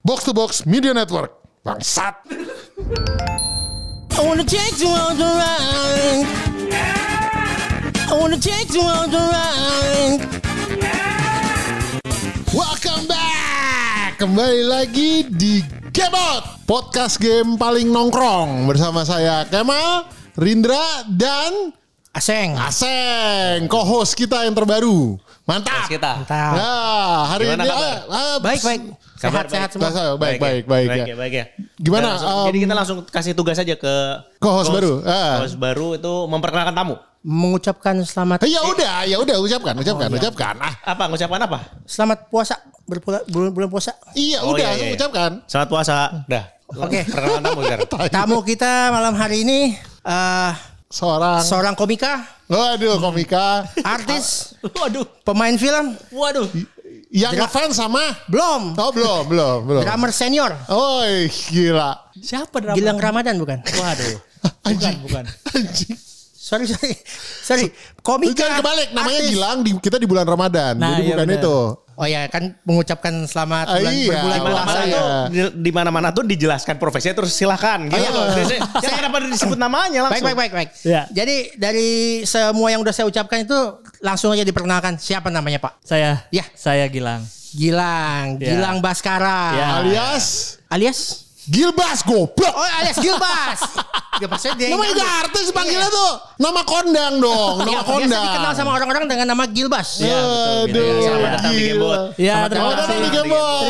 Box to Box Media Network. Bangsat. I wanna take you on the ride. I wanna take you on the ride. Welcome back. Kembali lagi di Gamebot, podcast game paling nongkrong. Bersama saya Kemal, Rindra, dan Aseng. co-host kita yang terbaru. Mantap. Kita. Nah, hari Gimana ini kabar? Baik. Sehat semua. Baik ya. Baik ya. Gimana? Jadi kita langsung kasih tugas aja ke Co-host baru. Co-host baru itu memperkenalkan tamu. Mengucapkan selamat. Ya udah, ucapkan. Apa? Mengucapkan apa? Selamat puasa bulan puasa. Iya, Oh, udah, iya. ucapkan. Selamat puasa. Dah. Oke. Perkenalan tamu sekarang. Tamu kita malam hari ini seorang komika, Waduh, komika. artis, Waduh. pemain film, Waduh. Yang ngefans sama? belum, Oh, belum. drummer senior, Oi, gila. Siapa drama? Gilang Ramadan bukan? Waduh. Bukan. Anjing. Sorry. Komika. Jangan kebalik, namanya artis. Gilang, kita di bulan Ramadan. Nah, jadi iya bukan bener. itu. Oh ya, kan mengucapkan selamat berbulan puasa Iya. itu. Di mana-mana tuh dijelaskan profesinya terus silakan gitu. Saya kenapa disebut namanya langsung? Baik. Ya. Jadi dari semua yang udah saya ucapkan itu langsung aja diperkenalkan siapa namanya Pak? Saya Gilang. Gilang, Ya. Gilang Baskara. Ya. Alias? Gilbas, goblok. Oh, alias Gilbas. Gilbas dia. Namanya gak artis panggilnya tuh. Nama kondang dong, nama Biasa kondang. dikenal sama orang-orang dengan nama Gilbas. Aduh, Selamat datang di Gamebot. Ya, Selamat terima datang kasih. di Gamebot.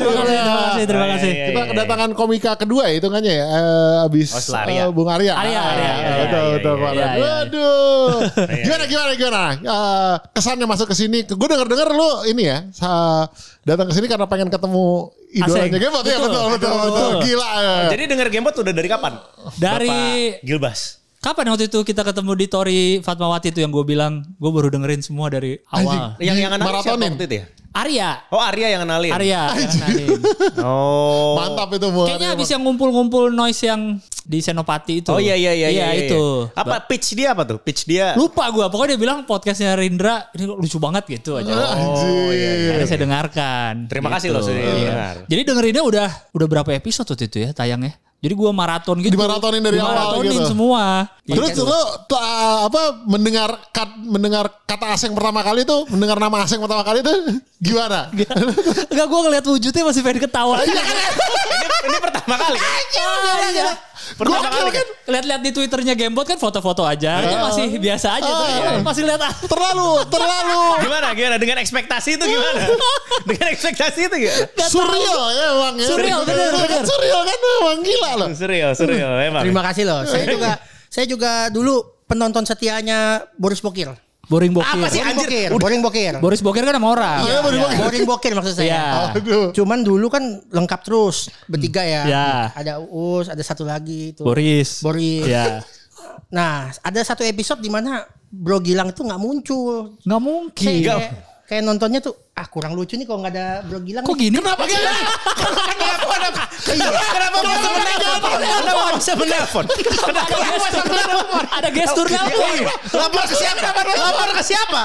Terima kasih. Iya, Kita kedatangan komika kedua ya hitungannya ya. Abis Oh, setelah Arya. Bung Arya. Arya. Betul. iya. Waduh. Gimana? Kesannya masuk ke sini. Gue denger lu ini ya. Datang ke sini karena pengen ketemu idolanya Aseng. Gamebot ya. Betul. Gila. Jadi denger Gamebot udah dari kapan? Dari Bapak Gilbas. kapan waktu itu kita ketemu di Tori Fatmawati itu yang gue bilang gue baru dengerin semua dari awal. Yang kenalin siapa maratonin. waktu itu ya? Arya. Oh, Arya yang kenalin. Yang kenalin. Oh. Mantap itu Bu. Kayaknya habis yang ngumpul-ngumpul noise yang di Senopati itu. Oh iya itu. Apa pitch dia apa tuh? Pitch dia. Lupa gue. Pokoknya dia bilang podcastnya Rindra ini lucu banget gitu aja. Oh iya. Akhirnya saya dengarkan. Terima kasih loh sudah Iya. dengar. Jadi dengerinnya udah berapa episode waktu itu ya tayangnya. Jadi gue maraton gitu. Dimaratonin dari awal Dimaratonin gitu. semua. Terus lu mendengar kata asing pertama kali tuh, mendengar nama asing pertama kali tuh gimana? Enggak, gue ngeliat wujudnya masih pengen ketawa. Ini pertama kali. Iya. Pertama kali kan. Lihat-lihat di Twitternya Gamebot kan foto-foto aja. Itu masih biasa aja tuh. Masih lihat Terlalu. Gimana? Dengan ekspektasi itu gimana? Dengan ekspektasi itu gimana? Surreal ya emang ya. Surreal, bener. Surreal kan emang gila loh. Serius emang. Terima kasih loh. Saya juga dulu penonton setianya Boris Bokir. Boring Bokir. Apa sih? Anjir. Boring Bokir. Boris Bokir kan sama orang. Iya, Boring Bokir. Boring Bokir maksud saya. Iya. Aduh. Cuman dulu kan lengkap terus bertiga ya. Iya. Ada Uus, ada satu lagi itu. Boris. Iya. Iya. Nah, ada satu episode di mana Bro Gilang tuh nggak muncul. Nggak mungkin. Kayak nontonnya tuh kurang lucu nih kalau nggak ada Bro Gilang. Kok nih. gini? Kenapa gila? Kenapa bisa menelpon? Ada gestur nelpon. Lapor ke siapa?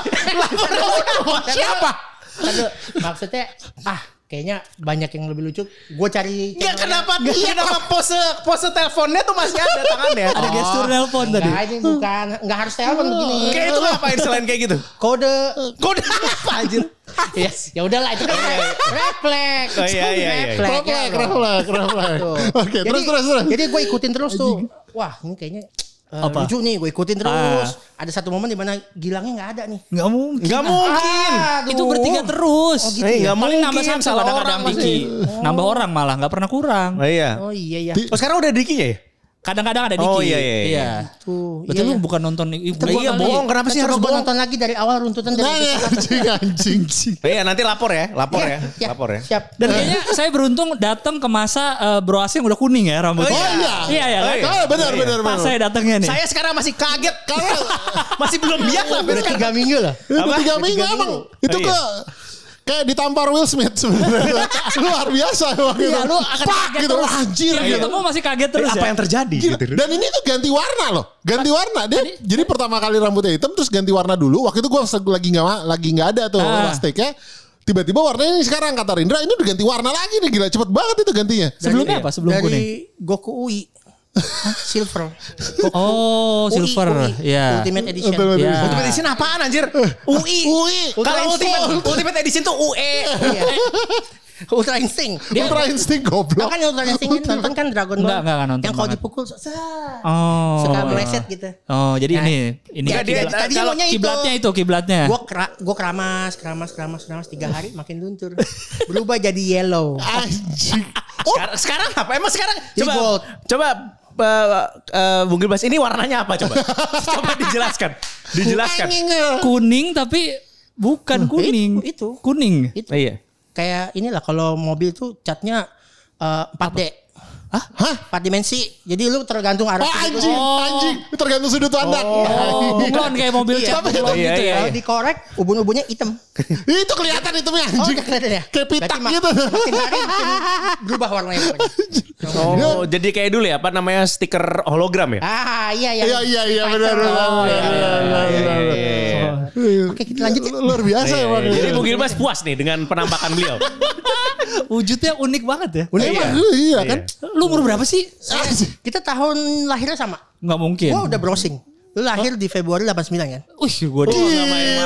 Aduh, maksudnya kayaknya banyak yang lebih lucu. Gue cari. Kenapa pose teleponnya tuh masih ada tangannya? Ada gestur nelpon tadi. Enggak, ini bukan. Enggak harus telepon begini. Kayak itu ngapain selain kayak gitu? Kode Apa anjir? Yes, ya udahlah itu kan refleks. Oh, iya. Refleks. Tuh. Oke, terus. Jadi gue ikutin terus tuh. Wah, ini kayaknya Apa? lucu nih, gue ikutin terus. Ada satu momen di mana Gilangnya nggak ada nih. Nggak mungkin. Nggak mungkin. Aduh. Itu bertiga terus. Oh, gitu ya? Nggak Paling mungkin. nambah Samsel Salah kadang-kadang orang Diki. Nambah orang malah nggak pernah kurang. Oh iya. Oh iya. Oh sekarang udah Dikinya ya? Kadang-kadang ada Diki. Oh, iya. Tuh. Berarti iya, lu iya. bukan nonton Iya bohong. Kenapa sih Coba harus gue bohong? nonton lagi dari awal runtutan dari episode Anjing. Iya nanti lapor ya. Lapor ya. Siap. Dan kayaknya saya beruntung datang ke masa Bro Asing udah kuning ya rambutnya. Oh, Iya ya. Oh, iya. Oh, benar. Pas saya datangnya nih. Saya sekarang masih kaget karena masih belum biasa. Udah 3 minggu lah. Itu Apa? 3 minggu emang. Itu iya. kayak ditampar Will Smith sebenarnya. Luar biasa emang gitu. Iya, lu akan Pak kaget gitu. terus. Anjir Yang gitu. ketemu masih kaget terus Apa ya. yang terjadi Gila. gitu? Dan ini tuh ganti warna loh. Ganti warna. Dia jadi pertama kali rambutnya hitam terus ganti warna dulu. Waktu itu gue lagi nggak ada tuh last take-nya. Tiba-tiba warnanya ini sekarang kata Rindra ini udah ganti warna lagi nih, gila cepet banget itu gantinya. Sebelumnya apa? Sebelum dari kuning. Goku UI. Silver. Oh, UI, silver. Ya. Ultimate Edition. Ya. Ultimate Edition apaan anjir? UI. Kalau Ultimate Edition tuh UE. Iya. Ultra Instinct. Ultra Instinct goblok. Kan Ultra Instinct nonton kan Dragon Ball. Enggak nonton yang kalau banget. dipukul Oh. suka meleset gitu. Oh, jadi Nah, ini ya, dia tadi kalau maunya itu. kiblatnya. Gua keramas 3 hari makin luntur. Berubah jadi yellow. Anjing. Sekarang apa? Emang sekarang Jadi gold. coba Bung Gilbas ini warnanya apa coba? Coba dijelaskan. Kuning tapi bukan kuning. itu. Kuning. Itu. Iya. Kayak inilah kalau mobil tuh catnya 4D. Hah? 4 dimensi. Jadi lu tergantung arah. Oh anjing, tergantung sudut pandang. Oh, bunglon kayak mobil Iya. cat bunglon Iya, gitu iya. ya. Kalau dikorek ubun-ubunnya hitam. Itu kelihatan itu Oh, anjing. udah kelihatan ya? Kayak pitak Berarti gitu. Makin hari makin berubah warnanya. pokoknya. Oh, jadi kayak dulu ya, apa namanya stiker hologram ya? Iya. Iya benar. Oh, iya. Oke, kita lanjut ya. Luar biasa emang. Jadi Bung Gilbas puas nih dengan penampakan beliau. Wujudnya unik banget ya. Udah Iya. emang iya kan? Lu umur berapa sih? Kita tahun lahirnya sama. Nggak mungkin. Gua udah browsing. Lu lahir di Februari 89 kan? Wih, gue Nggak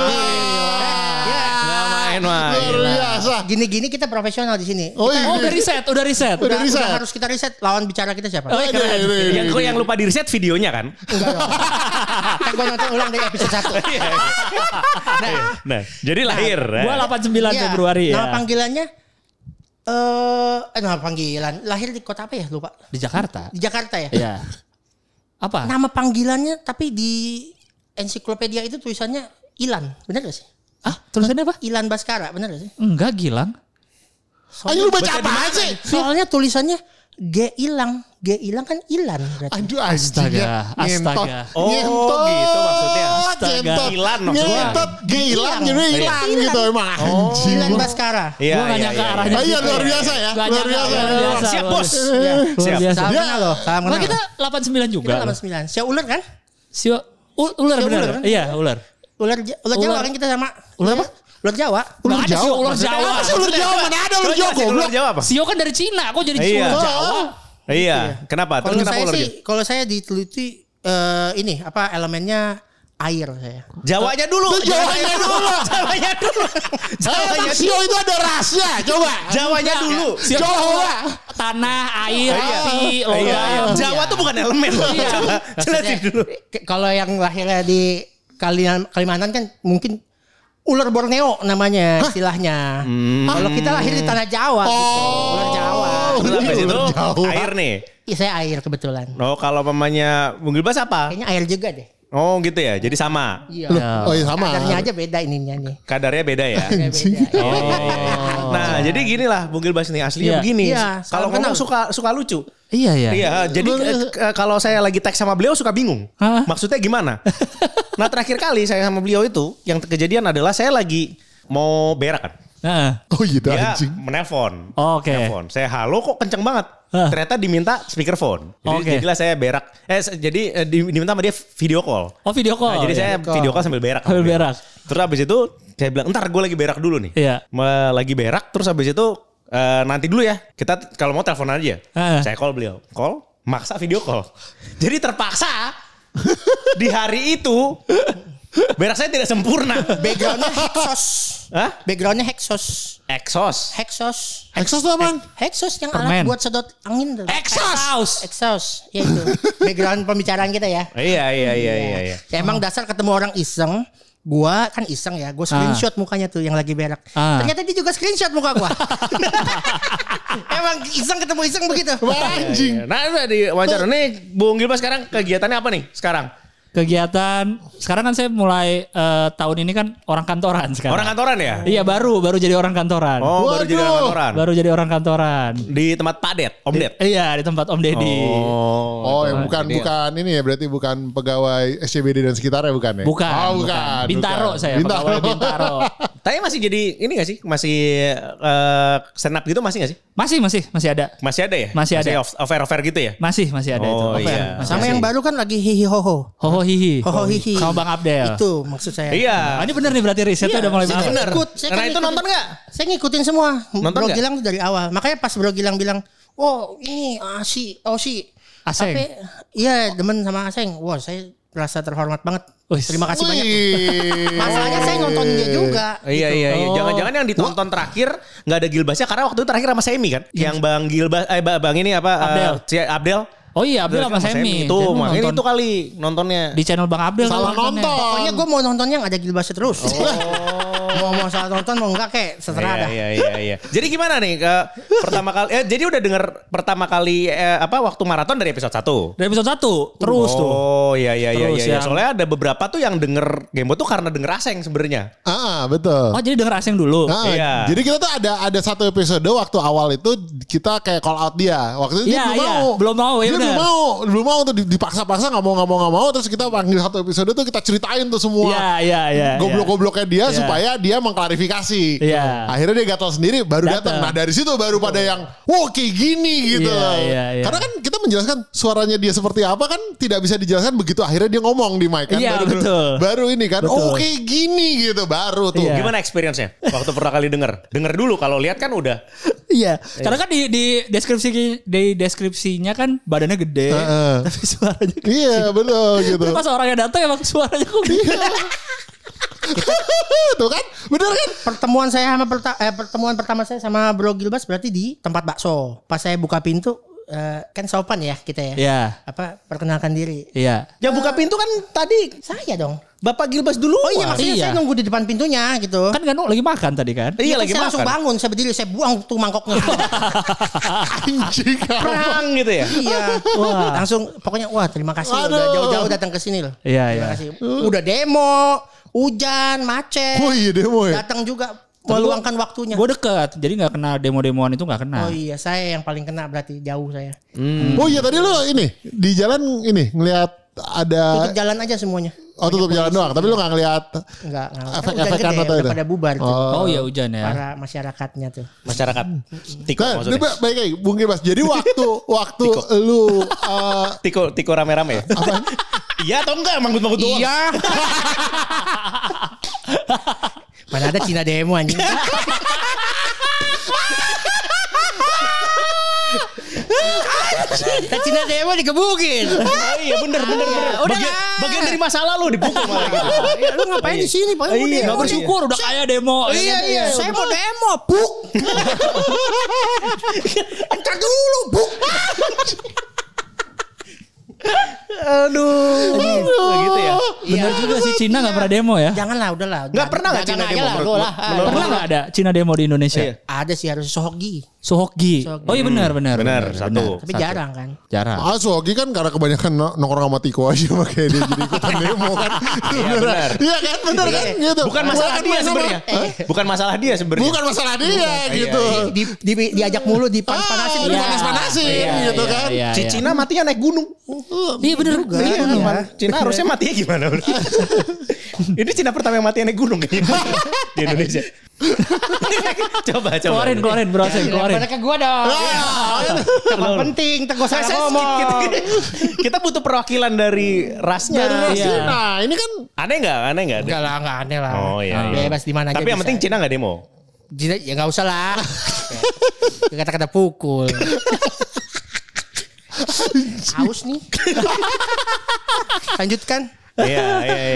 main-main. Luar biasa. Gini-gini kita profesional di sini. Oh iya. udah riset. Udah riset. Udah harus kita riset lawan bicara kita siapa? Oh, keren. Yang lupa di reset videonya kan? Enggak dong. Kan gua nonton ulang dari episode 1. Nah, jadi lahir. Gue 89 Iya, Februari ya. Nama panggilannya nama panggilan. Lahir di kota apa ya? Lupa. Di Jakarta. Di Jakarta ya? Iya. Apa? Nama panggilannya tapi di ensiklopedia itu tulisannya Ilan. Benar gak sih? Ah, tulisannya apa? Ilan Baskara. Benar gak sih? Enggak, Gilang. Anjing lu baca apa sih? Soalnya tulisannya G ilang kan Ilan berarti. Aduh anjing. Astaga. Oh, gitu maksudnya. Astaga. Ilan maksudnya. Ngentot hilang jadi hilang gitu emang anjing. Ilan Baskara. Iya, Gue gak nyangka arahnya. Iya luar biasa ya. Gak Luar nyangka, biasa. luar biasa. Siap, Bos. Luar biasa. Salam kenal loh. Salam Nah, kenal. kita 89 juga. Kita loh. 89. Sia ular kan? Ular Sia bener. ular kan? Iya, ular. Ular Jawa kan kita sama. Ular apa? Ular Jawa. Ular Nggak ada Jawa. sih ular Jawa. Apa sih ular Jawa? Mana ada ular Jawa goblok? Ular Jawa apa? Sio kan dari Cina, kok jadi Iya. ular Jawa? Iya. Kenapa? Terus Kalau kenapa saya ular sih, Jawa? kalau saya diteliti ini apa elemennya air saya. Jawanya dulu. Jawanya dulu. Jawanya dulu. Jawanya Sio itu ada rahasia. Coba. Jawanya dulu. Sio Jawa. tanah, air, Iya. api, Iya. logam. Jawa tuh bukan elemen loh. Iya. Coba jelasin dulu. Kalau yang lahirnya di Kalimantan kan mungkin ular Borneo namanya istilahnya. Kalau kita lahir di tanah Jawa gitu. Ular Jawa. Terus habis itu Ular Jawa. air nih. Iya, saya air kebetulan. Oh, kalau mamanya Bung Gilbas apa? Kayaknya air juga deh. Oh, gitu ya. Jadi sama. Iya. Oh iya sama. Kadarnya aja beda ininya nih. Kadarnya beda ya. Kayak beda. Oh. Nah, jadi gini lah Bung Gilbas nih aslinya Iya. begini. Iya, Kalau salam ngomong suka lucu. Iya, iya. Iya, jadi kalau saya lagi teks sama beliau suka bingung. Hah? Maksudnya gimana? Nah, terakhir kali saya sama beliau itu yang kejadian adalah saya lagi mau berak kan. Nah. Oh gitu Dia anjing. menelpon. Oh, oke. Nelpon. Saya halo kok kenceng banget. Hah. Ternyata diminta speakerphone. Jadi Oke. jadilah saya berak. Diminta sama dia video call. Oh, video call. Nah, jadi saya video call sambil berak. Sambil berak. Terus habis itu saya bilang, "Entar gue lagi berak dulu nih." Iya. Lagi berak terus habis itu nanti dulu ya. Kita kalau mau telepon aja. Saya call beliau. Call, maksa video call. Jadi terpaksa di hari itu berak saya tidak sempurna. Backgroundnya Hexos. Hah? Backgroundnya Hexos. Exhaust. Hexos. Exhaust tuh apaan? Hexos yang Permen. alat buat sedot angin tuh. Exhaust. Exhaust. Ya itu. Background pembicaraan kita ya. Iya. Ya, emang dasar ketemu orang iseng. Gua kan iseng ya. Gua screenshot mukanya tuh yang lagi berak. Ternyata dia juga screenshot muka gua. Emang iseng ketemu iseng begitu. Anjing. Nah, udah di wawancara nih Bung Gilbas sekarang kegiatannya apa nih sekarang? Kegiatan sekarang kan saya mulai tahun ini kan orang kantoran sekarang. Orang kantoran ya? Iya, baru jadi orang kantoran. Oh, baru jadi orang kantoran. Baru jadi orang kantoran. Di tempat Pak Det, Om Det. Iya, di tempat Om Deddy. Oh, yang bukan ini ya, berarti bukan pegawai SCBD dan sekitarnya bukan ya? Bukan. Oh, bukan. Bintaro bukan. saya, pegawai Bintaro. Tapi masih jadi ini gak sih? Masih stand up gitu masih gak sih? Masih ada. Masih ada ya? Masih ada. Affair gitu ya? Masih ada itu. Oh iya. Sama yang baru kan lagi hihi hoho. Hoho hihi. Hoho hihi. Sama Bang Abdel. Itu maksud saya. Iya. Ini bener nih berarti risetnya udah mulai bener. Bener. Saya Nah itu nonton gak? Saya ngikutin semua. Nonton Bro nggak? Gilang tuh dari awal. Makanya pas Bro Gilang bilang, "Oh, ini Aseng." Aseng. Tapi iya demen sama Aseng. Wah, saya merasa terhormat banget. Terima kasih banyak. Masalahnya saya nonton dia juga. Iya. gitu. Jangan-jangan yang ditonton terakhir nggak ada Gilbasnya karena waktu itu terakhir sama Semi kan? Yang Bang Gilbas, Bang ini apa? Abdel. Oh iya, Abdel sama Semi. Itu makanya itu kali nontonnya. Di channel Bang Abdel. Salah nonton. Pokoknya gue mau nonton yang ada Gilbasnya terus. mau salah nonton mau enggak kayak seterah dah. Iya. Jadi gimana nih pertama kali? Jadi udah denger pertama kali waktu maraton dari episode 1. Dari episode 1 terus tuh. Oh iya. Terus yang- Soalnya ada beberapa tuh yang denger Gamebot tuh karena denger Aseng sebenarnya. Betul. Oh jadi denger Aseng dulu. Iya. Jadi kita tuh ada satu episode waktu awal itu kita kayak call out dia. Waktu itu dia Belum mau. Ya Dia bener. belum mau tuh dipaksa-paksa nggak mau terus kita panggil satu episode tuh kita ceritain tuh semua Iya. goblok-gobloknya dia Iya. supaya dia mengklarifikasi. Iya. Akhirnya dia gatal sendiri baru datang. Nah dari situ baru pada yang wow kayak gini gitu Iya, loh. iya. Karena kan kita menjelaskan suaranya dia seperti apa kan tidak bisa dijelaskan begitu akhirnya dia ngomong di mic kan. Iya, baru, betul. baru ini kan Betul. oh kayak gini gitu baru tuh. Iya. Gimana experience-nya waktu pertama kali denger? Denger dulu kalau lihat kan udah. Iya. Karena kan di deskripsinya kan badannya gede, tapi suaranya kecil. Iya betul gitu. Terus pas orangnya datang emang suaranya kok gitu. Tuh kan bener kan. Pertemuan pertama saya sama Bro Gilbas berarti di tempat bakso. Pas saya buka pintu kan sopan ya kita ya. Iya. Perkenalkan diri. Iya. Yang buka pintu kan tadi Saya dong. Bapak Gilbas dulu. Oh iya maksudnya saya nunggu di depan pintunya gitu. Kan Gano lagi makan tadi kan? Iya lagi saya langsung makan. bangun, saya berdiri, saya buang tuh mangkoknya. Anjing. Perang gitu ya. Iya. Wah. Langsung pokoknya terima kasih loh, udah Aduh. jauh-jauh datang ke sini loh. Iya, Terima iya. kasih. Udah demo, hujan, macet. Oh iya demo ya. Datang juga meluangkan waktunya. Gue deket, jadi nggak kena demo-demoan itu nggak kena. Oh iya, saya yang paling kena berarti jauh saya. Oh iya tadi lu ini di jalan ini ngelihat ada Tutup jalan aja semuanya. tutup jalan doang tapi lu nggak ngelihat Enggak. efek-efek Kan atau udah itu? pada bubar tuh. Oh iya hujan ya. Para masyarakatnya tuh. Masyarakat. Tiko Nah, ini maksudnya. baik lagi, Bung Gilbas. Jadi waktu lu Tiko rame-rame ya. Iya atau enggak manggut-manggut doang. Iya. Mana ada Cina demo anjing. Cina demo digebukin. Oh iya bener. Udah Bagian dari masa lalu dipukul malah gitu. Ya, lu ngapain di sini? Pak? Iya, nggak bersyukur udah kayak demo. Iya. Saya mau demo, Buk. Entar dulu, Buk. Aduh. Gitu ya. Bener juga sih Cina nggak pernah demo ya. Janganlah, udahlah. Nggak pernah nggak Cina demo menurut Pernah nggak ada Cina demo di Indonesia? Iya. Ada sih harus Sohogi. Sohoki. Oh iya benar. Benar, satu. Tapi jarang kan. Jarang. Sogi kan karena kebanyakan nongkrong sama Tiko aja makanya dia jadi ikutan demo kan. Iya benar. Iya kan bener kan gitu. Bukan masalah dia sebenarnya. Bukan masalah dia sebenarnya. Bukan masalah dia gitu. Diajak mulu dipanas-panasin. Dipanas-panasin gitu kan. Cina matinya naik gunung. Iya bener. Iya, Cina harusnya matinya gimana? Ini Cina pertama yang mati naik gunung kayaknya di Indonesia. Coba. Keluarin browsing keluarin. Pada ke gua dong. Yang penting teguh saya ngomong. Kita butuh perwakilan dari rasnya. Nah ini kan Aneh nggak? Enggak lah, enggak aneh lah. Oh iya. Bebas di mana aja. Tapi yang penting Cina nggak demo. Cina ya enggak usah lah. Kata-kata pukul. Haus nih. Lanjutkan. Iya.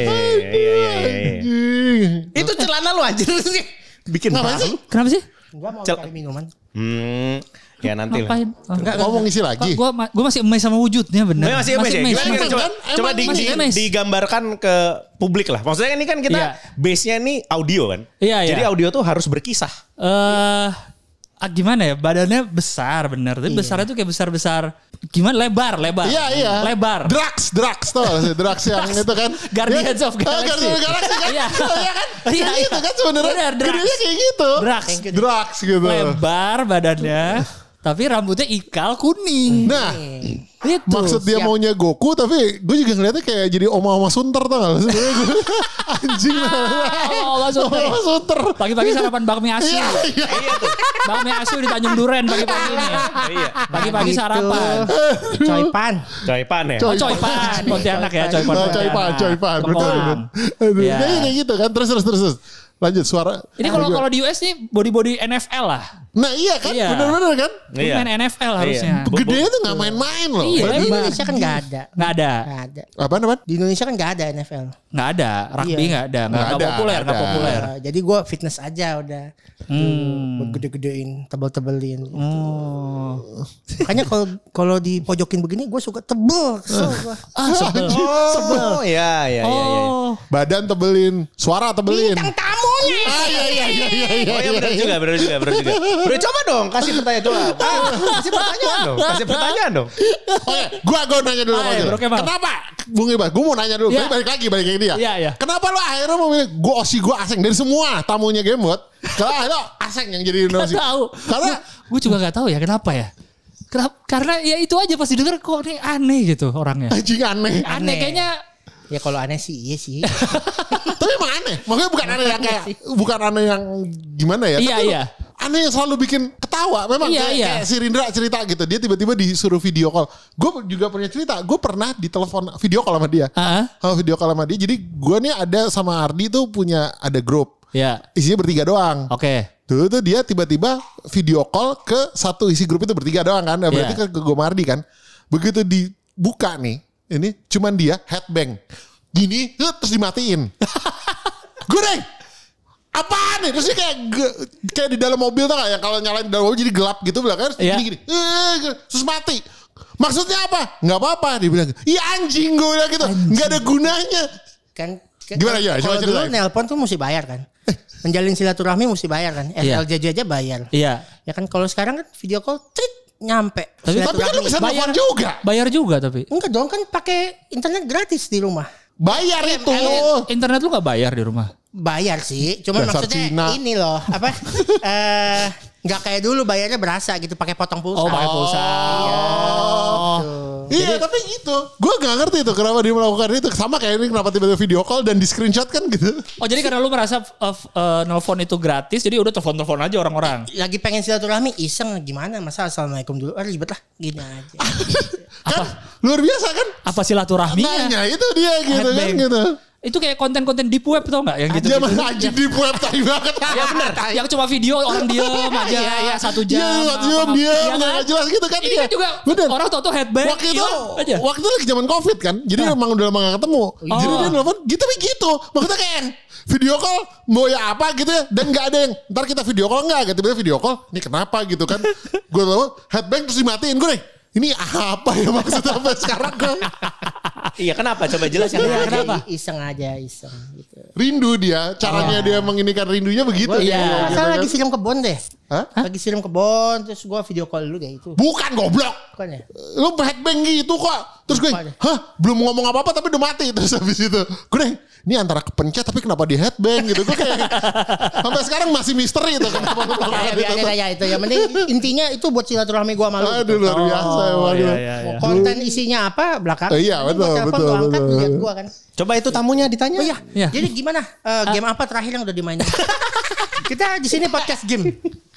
Itu celana lu anjir sih. Bikin malu. Kenapa sih? Gua mau cari minuman. Ya nanti lah. Ngapain? Enggak ngomong isi lagi. Gue masih amazed sama wujudnya bener. Masih amazed ya? amazed. Gimana? Coba Masih amazed. digambarkan ke publik lah. Maksudnya ini kan kita Iya. base-nya ini audio kan. Iya. Jadi audio tuh harus berkisah. Gimana ya? Badannya besar bener. Tapi besarnya tuh kayak besar-besar. Gimana? Lebar. Iya. Lebar. Drugs tuh sih. Drugs yang itu kan. Guardians of Galaxy. Guardians of Galaxy kan. Iya. Iya kan. Iya, Itu kan sebenarnya. Bener, drugs. Gedenya kayak gitu. Drugs. Drugs gitu. Lebar badannya. Tapi rambutnya ikal kuning. Nah, Itu. maksud dia maunya Goku, tapi gue juga ngeliatnya kayak jadi oma-oma sunter tau gak? Anjing. Oma sunter. Pagi-pagi sarapan bakmi asu. Iya tuh. Bakmi asu di Tanjung Duren pagi-pagi ini. Iya. Pagi-pagi sarapan. Coypan. Coypan ya. Oh, Coypan. Pontianak ya, Coypan. Coypan. Kemang. Aduh, Iya. kayak gitu kan. Terus. Lanjut suara. Ini kalau di US nih body NFL lah. Nah iya kan, Iya. benar-benar kan. Iya. Main NFL harusnya. Gede itu nggak main-main loh. Iya. Di Indonesia kan nggak ada. Nggak ada. Nggak ada. Apa namanya? Di Indonesia kan nggak ada NFL. Nggak ada. Rugby Iya. nggak ada. Nggak Nggak populer. ada. Nggak populer. Jadi gue fitness aja udah. Buat gede-gedein, tebel-tebelin. Oh. Makanya kalau dipojokin begini gue suka tebel. Kesel gua. Sebel. Oh, iya. Oh. Badan tebelin, suara tebelin. Bintang tamunya. Iya. Oh iya benar juga. Bro, coba dong kasih pertanyaan coba. Kasih pertanyaan dong. Oke, gua nanya dulu sama Ayo, dia. Bro Kemal. Kenapa? Bung Ibas, gua mau nanya dulu. Iya. Balik lagi dia. Iya. Kenapa lo akhirnya memilih gua Aseng dari semua tamunya Gamebot? Kalau akhirnya Aseng yang jadi Osi. Nggak tahu. Karena Gue juga nggak tahu ya kenapa ya. Karena ya itu aja pasti denger kok ini aneh gitu orangnya. anjing aneh. Aneh kayaknya. Ya kalau aneh sih iya sih. Tapi emang aneh. Makanya bukan aneh yang kayak bukan aneh yang gimana ya? Iya, Tapi iya. Aneh yang selalu bikin ketawa. Memang kayak si Rindra cerita gitu. Dia tiba-tiba disuruh video call. Gue juga punya cerita. Gue pernah ditelepon video call sama dia. Video call sama dia. Jadi gue nih ada sama Ardi tuh punya ada grup. Ya. Isinya bertiga doang. Oke. Tuh dia tiba-tiba video call ke satu isi grup itu bertiga doang kan. Nah, berarti ke gue Mardi kan. Begitu dibuka nih. Ini cuman dia headbang. Gini terus dimatiin. Gue deh. Apaan nih? Terus dia kayak di dalam mobil tau gak? Yang kalau nyalain di dalam mobil jadi gelap gitu belakang. Gini. Terus mati. Maksudnya apa? Gak apa-apa. Dia bilang. Iya anjing gue bilang gitu. Gak ada gunanya. Kan Gimana ya? Kalau Coba dulu ceritain. nelpon tuh mesti bayar kan. Menjalin silaturahmi mesti bayar kan. Iya. FLJJ aja bayar. Iya. Ya kan kalau sekarang kan video call nyampe. Tapi kan lu bisa telepon juga. Bayar juga tapi. Enggak dong kan pakai internet gratis di rumah. Bayar itu. Internet lu gak bayar di rumah? Bayar sih, cuman Dasar maksudnya Cina. ini loh, apa? Nggak kayak dulu bayarnya berasa gitu, pakai potong pulsa. Oh, pakai pulsa. Iya tapi gitu. Gue gak ngerti tuh kenapa dia melakukan itu. Sama kayak ini kenapa tiba-tiba video call dan di screenshot kan gitu. Oh jadi karena lu merasa nelfon itu gratis, jadi udah telepon-telepon aja orang-orang. Lagi pengen silaturahmi, iseng gimana? Masa assalamualaikum dulu, ribet lah, gini aja. Kan luar biasa kan. Apa silaturahminya? Nanya itu dia gitu kan Headbang. gitu. Itu kayak konten-konten deep web tau gak? Yang gitu. Zaman anjing di web tai banget. Ya benar. Yang cuma video orang diem aja 1 jam. Iya, dia Iya kan? nggak jelas gitu kan. Ini kan juga bener. orang tau headbang. Waktu itu, aja. waktu itu lagi zaman COVID kan. Jadi emang udah lama gak ketemu. Jadi dia nelfon gitu begitu. Maksudnya kayak video call mau ya apa gitu ya. Dan gak ada yang ntar kita video call gak. Tiba-tiba video call. Ini kenapa gitu kan. Gue tau headbang terus dimatiin gue nih. Ini apa ya maksudnya sampai sekarang gue. Iya kenapa? Coba jelaskan. Kenapa? Iseng aja, iseng gitu. Rindu dia. Caranya dia menginikan rindunya begitu. Iya. Gitu Saya kan. lagi siram kebon deh. Hah? Lagi siram kebon, terus gue video call dulu deh itu. Bukan goblok. Bukan ya? Lu headbang gitu kok. Terus gue, hah belum ngomong apa-apa tapi udah mati. Terus habis itu, gue nih, ini antara kepencet tapi kenapa di headbang gitu. Gue kayak, sampai sekarang masih misteri itu. Kenapa gue melakukan Ya, itu. ya itu. Yang penting intinya itu buat silaturahmi gue malu. Aduh luar biasa. Waduh. iya. Konten isinya apa belakang? Iya, Nanti betul, gua telepon, betul, gua angkat, betul. lihat gue kan. Coba itu tamunya ditanya. Oh iya. Iya. Jadi gimana? Game apa terakhir yang udah dimainin? Kita di sini podcast game.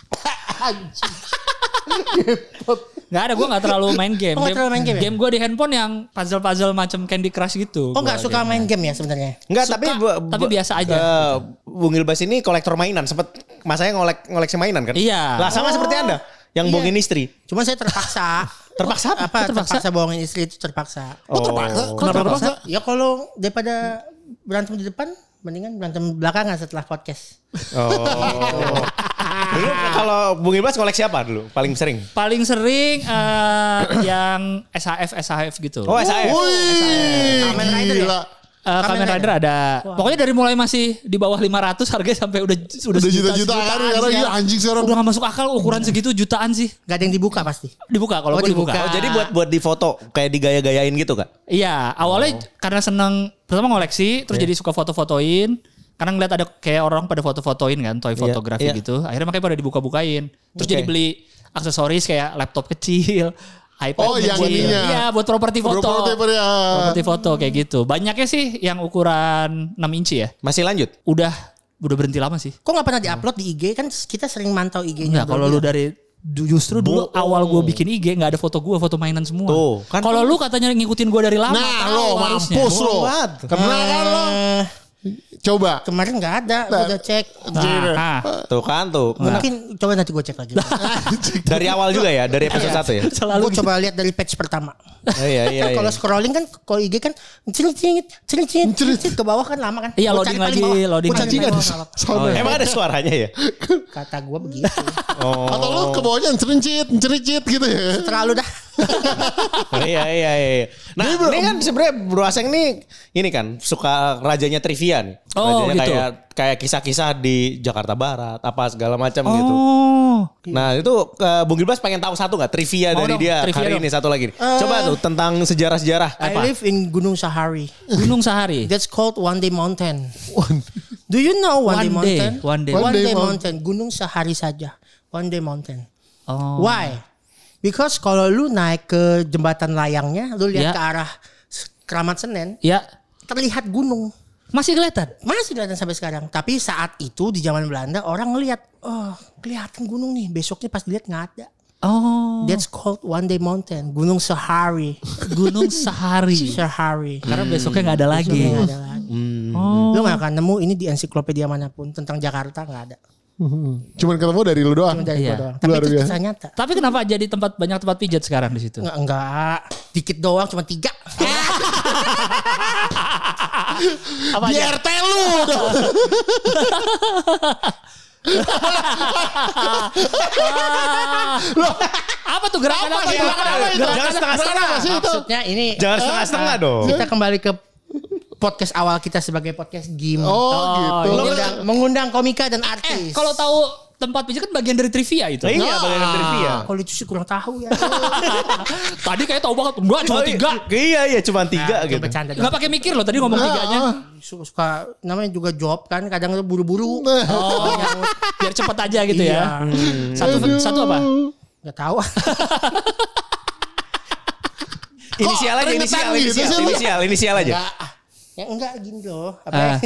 Gak ada, gue gak terlalu main game. Oh, nggak terlalu main game ya? Game gue di handphone yang puzzle-puzzle macam Candy Crush gitu. Oh nggak suka main game ya sebenarnya? Enggak, Suka, tapi biasa aja. Bung Ilbas ini kolektor mainan. Sempet masanya ngoleksi mainan kan? Iya. Lah sama seperti Anda. Yang Iya. bohongin istri. Cuman saya terpaksa. Terpaksa apa? Apa? Terpaksa bohongin istri itu terpaksa. Oh terpaksa? Kenapa terpaksa? Ya kalau daripada berantem di depan, mendingan berantem belakangan setelah podcast. Oh. Dulu kalau Bung Ilbas koleksi apa dulu? Paling sering? Paling sering yang SHF gitu. Oh, SHF. Wih, Kamen Rider ya? gila. Kamen Rider ada. Pokoknya dari mulai masih di bawah 500 harganya sampai udah Udah juta-jutaan karena iya anjing sekarang. Udah gak masuk akal ukuran segitu jutaan sih. Gak ada yang dibuka pasti. Dibuka kalau Oh, gue dibuka. dibuka. Oh, jadi buat di foto kayak digaya-gayain gitu Kak? Iya, awalnya karena seneng pertama ngoleksi, terus jadi suka foto-fotoin. Karena ngeliat ada kayak orang pada foto-fotoin kan, toy fotografi gitu. Akhirnya makanya pada dibuka-bukain. Terus jadi beli aksesoris kayak laptop kecil, iPad yang kecil. ininya. Iya, buat properti foto. Properti foto kayak gitu. Banyaknya sih yang ukuran 6 inci ya. Masih lanjut? Udah berhenti lama sih. Kok nggak pernah diupload di IG? Kan kita sering mantau IG-nya. Enggak, kalau lu dari justru dulu awal gue bikin IG nggak ada foto gue, foto mainan semua. Tuh, kan kalau lu katanya ngikutin gue dari lama. Nah, lo mampus lo. Kena kan lo. Coba. Kemarin nggak ada, gue udah cek. Tuh kan tuh. Mungkin coba nanti gue cek lagi. Dari awal juga ya, dari episode 1 ya. Gue coba lihat dari patch pertama. Iya. Kalau scrolling kan, kalau IG kan cerit ke bawah kan lama kan. Iya, loading lagi. Emang ada suaranya ya? Kata gue begitu. Atau lu ke bawahnya cericit gitu ya. Terlalu dah. Iya. Nah, ini kan sebenarnya Bro Aseng ini kan suka rajanya trivia nih. Rajanya gitu. kayak kisah-kisah di Jakarta Barat, apa segala macam gitu. Nah, itu Bung Gilbas pengen tahu satu enggak trivia dari dia hari ini satu lagi. Coba tuh tentang sejarah-sejarah. I live in Gunung Sahari. Gunung Sahari. That's called One Day Mountain. Do you know One Day Mountain? One Day Mountain. Gunung Sahari saja. One Day Mountain. Why? Because kalau lu naik ke jembatan layangnya, lu lihat ke arah Kramat Senen, terlihat gunung. Masih kelihatan? Masih kelihatan sampai sekarang. Tapi saat itu di zaman Belanda orang ngelihat, kelihatan gunung nih. Besoknya pas dilihat nggak ada. That's called One Day Mountain. Gunung Sahari. Gunung Sahari. Karena besoknya nggak ada lagi. Lu nggak akan nemu ini di ensiklopedia manapun tentang Jakarta nggak ada. Cuman ketemu dari lu doang. Tapi itu kisah nyata. Tapi kenapa jadi banyak tempat pijat sekarang di situ? Enggak. Dikit doang, cuma 3. Apa di RT lu dong. Loh, apa tuh gerakan apa? Jangan setengah-setengah. Maksudnya ini jangan setengah-setengah dong. Kita kembali ke podcast awal kita sebagai podcast game. Gitu. Mengundang komika dan artis. Kalau tahu tempat pijat kan bagian dari trivia itu. Iya, bagian dari trivia. Kalau itu sih kurang tahu ya. Tadi kayak tahu banget. Enggak, cuma 3. Iya, cuma 3 gitu. Enggak pakai mikir loh tadi ngomong 3-nya. Suka namanya juga job kan, kadang buru-buru. Biar cepet aja gitu ya. Satu apa? Enggak tahu. Inisial aja. Ya enggak gini loh.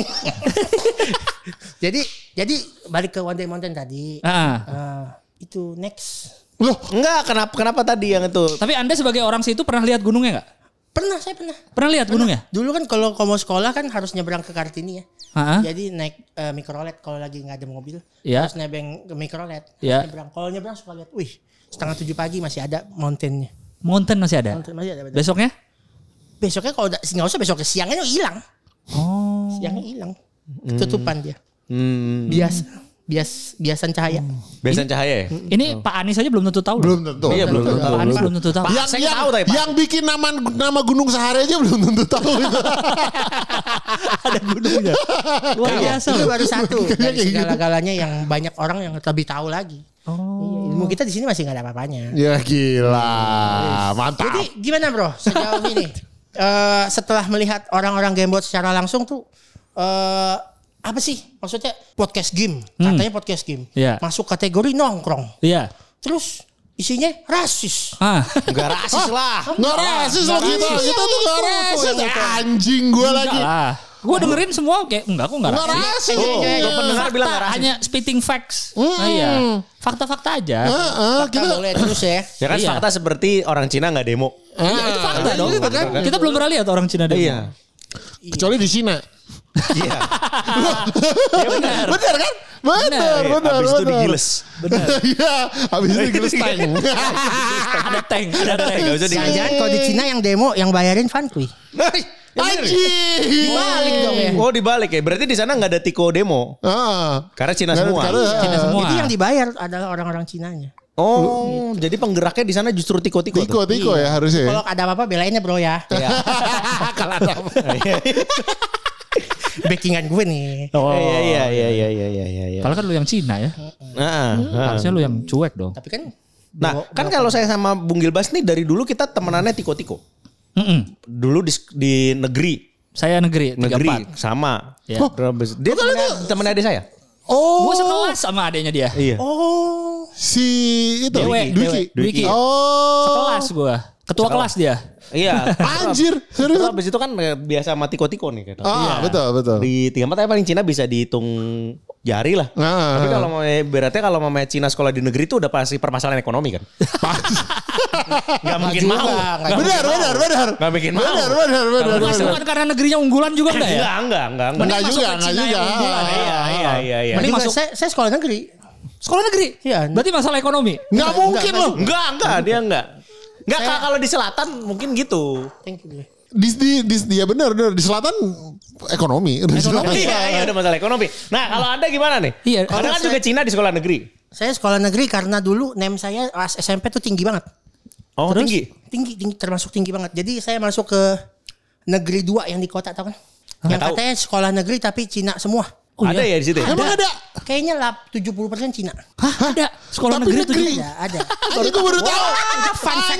Jadi balik ke One Day Mountain tadi. Itu next. Loh, enggak, kenapa tadi yang itu? Tapi Anda sebagai orang situ pernah lihat gunungnya enggak? Saya pernah. Pernah lihat gunungnya? Dulu kan kalau mau sekolah kan harus nyebrang ke Kartini ya. Jadi naik mikrolet kalau lagi nggak ada mobil. Terus nebeng ke mikrolet. Nyebrang. Kalau nyebrang suka lihat, 6:30 pagi masih ada mountainnya. Mountain masih ada? Masih ada. Besoknya? Besoknya kalau nggak usah besoknya, siangnya hilang. Siangnya hilang. Ketutupan dia. Biasan cahaya. Biasan cahaya ya? Ini Pak Anies aja belum tentu tahu. Belum tentu. Iya, belum tentu. Pak Anies belum tentu tahu. Yang bikin nama Gunung Sahari aja belum tentu tahu. Ada gunungnya. Luar biasa. Itu baru satu dari segala-galanya yang banyak orang yang lebih tahu lagi. Ilmu kita di sini masih nggak ada apa-apanya. Ya gila, mantap. Jadi gimana bro sejauh ini? Setelah melihat orang-orang gamebot secara langsung tuh apa sih maksudnya podcast game, katanya podcast game masuk kategori nongkrong. Terus isinya rasis. Enggak rasis lah. Enggak rasis loh kita tuh enggak rasis. Anjing gue lagi. Gue dengerin semua kayak enggak rasis. Pendengar bilang enggak rasis. Hanya spitting facts. Fakta-fakta aja. Kita boleh terus ya. Ya kan fakta seperti orang Cina enggak demo. Itu fakta dong. Kita belum pernah lihat orang Cina demo. Iya. Kecuali di Cina. Iya. Bener kan? Bener. Habis itu digiles. Bener. Iya, habis itu digiles tank. Ada tank. Jangan-jangan kalau di Cina yang demo yang bayarin Van Kui. Anjing. Dibalik dong ya. Oh dibalik ya. Berarti di sana nggak ada tiko demo. Karena Cina semua. Cina semua. Jadi yang dibayar adalah orang-orang Cinanya. Oh, jadi penggeraknya di sana justru tiko-tiko. Tiko ya harusnya. Kalau ada apa-apa belainnya bro ya. Kalau ada apa. Backingan gue nih. Iya. Kalau kan lu yang Cina ya. Harusnya lu yang cuek dong. Tapi kan. Nah, kan kalau saya sama Bung Gilbas nih dari dulu kita temenannya tiko-tiko. Dulu di negeri Saya negeri 34. Sama. Ya. Dia temen adik saya. Gue sekelas sama adiknya dia. Iya. Si itu Dwiki. Sekelas gue. Ketua kelas dia. Iya. Anjir, serius. Terus habis itu kan biasa sama tiko-tiko nih gitu. Betul. Di 34 paling Cina bisa dihitung jari lah. Tapi kalau mau beratnya kalau mau Cina sekolah di negeri itu udah pasti permasalahan ekonomi kan. Gak mungkin mau. Benar. Gak mungkin mau. Benar. Bukan karena negerinya unggulan juga enggak ya? Enggak juga. Iya. Mending masuk saya sekolah negeri. Sekolah negeri? Iya. Berarti masalah ekonomi? Enggak mungkin loh. Enggak, dia enggak. Enggak, kalau di selatan mungkin gitu. Thank you. Dia benar di selatan ekonomi. Iya, ada masalah ekonomi. Nah, kalau Anda gimana nih? Iya. Anda kan juga Cina di sekolah negeri. Saya sekolah negeri karena dulu NEM saya pas SMP tuh tinggi banget. Oh, Terus, tinggi, termasuk tinggi banget. Jadi saya masuk ke negeri 2 yang di kota, tahu kan? Yang tahu. katanya sekolah negeri tapi Cina semua. Ada ya di situ ya? Emang ada? Kayaknya 70% Cina. Hah? Ada sekolah Tapi negeri tuh. negeri. Ada. Anjing gue baru tahu. Fun fact.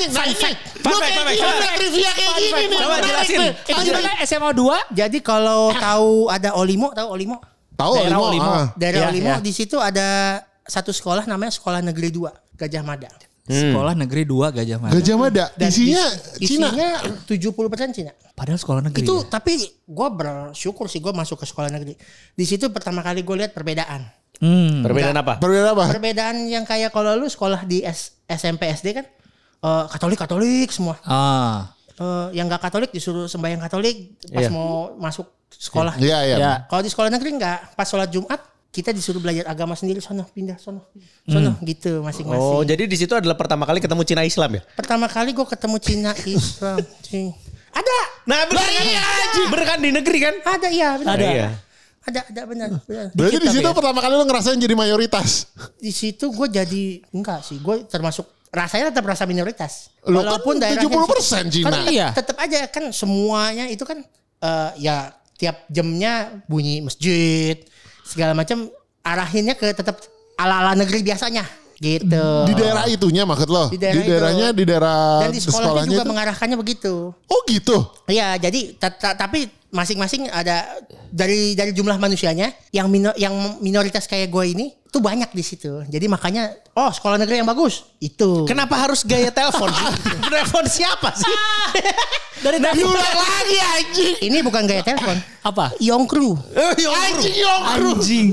Trivia kayak gini nih. Coba jelasin. Itu sebenarnya SMA 2. Jadi kalau tahu Olimo? Tahu Daerah Olimo. Daerah Iya, Olimo iya. di situ ada satu sekolah namanya Sekolah Negeri 2 Gajah Mada. Sekolah negeri 2 Gajah Mada. Gajah Mada. Dan Isinya Cina. Isinya 70% Cina. Padahal sekolah negeri. Itu ya? tapi gue bersyukur sih gue masuk ke sekolah negeri. Di situ pertama kali gue lihat perbedaan. Perbedaan apa? Perbedaan apa? Perbedaan yang kayak kalau lu sekolah di SMP SD kan Katolik semua. Yang gak Katolik disuruh sembahyang Katolik pas mau masuk sekolah. Iya. Kalau di sekolah negeri enggak, pas sholat Jumat kita disuruh belajar agama sendiri, pindah sono gitu masing-masing. Oh, jadi di situ adalah pertama kali ketemu Cina Islam ya? Pertama kali gue ketemu Cina Islam. Ada. Nah, bener kan di negeri kan? Ada iya benar. Ada. Iya. Ada benar. Berarti di situ pertama kali lo ngerasain jadi mayoritas. Di situ gue jadi enggak sih, gue termasuk rasanya tetap rasa minoritas. Lo Walaupun kan daerahnya 70% Cina. kan iya. Tetap aja kan semuanya itu kan ya tiap jamnya bunyi masjid segala macam arahinnya ke tetap ala-ala negeri biasanya gitu. Di daerah itunya maksud lo? Di daerah di daerah dan di sekolahnya juga itu? mengarahkannya begitu. Oh gitu? Iya, jadi tapi masing-masing ada dari jumlah manusianya yang minoritas kayak gue ini tuh banyak di situ. Jadi makanya sekolah negeri yang bagus itu. Kenapa harus gaya telepon? Telepon siapa sih? Dari Diulang lagi anjing. Ini bukan gaya telepon. apa? Yongkru. Anjing Yongkru.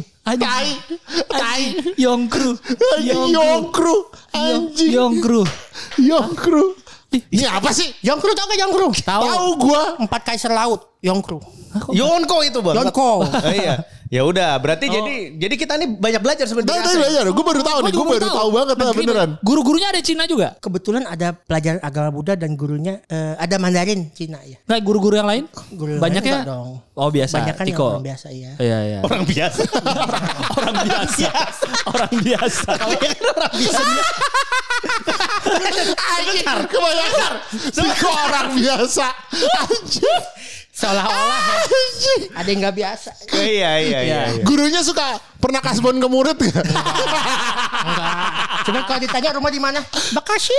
Tai. Yongkru. Anjing. Yongkru. Ini apa sih? Yongkru tau gak Yongkru? Tahu gua. 4 kaisar laut. Yongkru. Yonko itu bang. Yonko. Iya. Ya udah, berarti jadi kita nih banyak belajar sebenarnya. Belajar. Gue baru tahu nih. Gue baru tahu banget beneran. Guru-gurunya ada Cina juga? Kebetulan ada pelajaran agama Buddha dan gurunya ada Mandarin Cina ya. Nah, guru-guru yang lain? Guru Banyaknya? lain dong. Oh biasa. Banyak kan Tiko. orang biasa ya. Iya. Orang biasa. Orang biasa. Orang biasa. Anjing. Kebanyakan. Tiko orang biasa. Anjing. Seolah-olah ada yang gak biasa. Iya. Gurunya suka pernah kasbon ke murid gak? Enggak. Cuma kalau ditanya rumah di mana? Bekasi.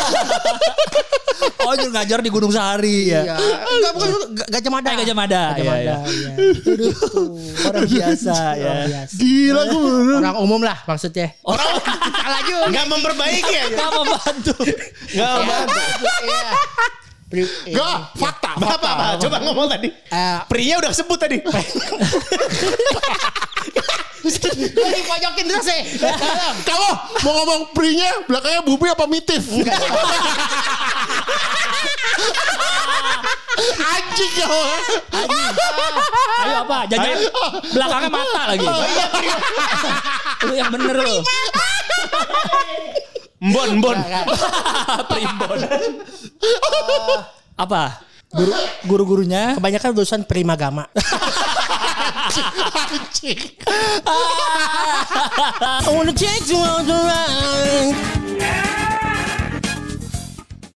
Oh, ngajar di Gunung Sahari ya. Iya. Enggak bukan Gajah Mada. Gajah Mada. Iya. Orang biasa ya. Gila gue bener. Orang umum lah maksudnya. Orang salah juga. nggak memperbaiki aja. Nggak membantu. Nggak membantu. Iya. Gak, fakta. Apa? Coba ngomong tadi. Prinya udah sebut tadi. Dipojokin terus sih. Kamu mau ngomong prinya belakangnya bubi apa mitif? Anjing kamu. Ayo apa? Jajan belakangnya mata lagi. Lu yang bener lu. Mbon. Primbon. Apa? Guru-gurunya Kebanyakan lulusan Primagama. Anjing. I wanna take you on the ride.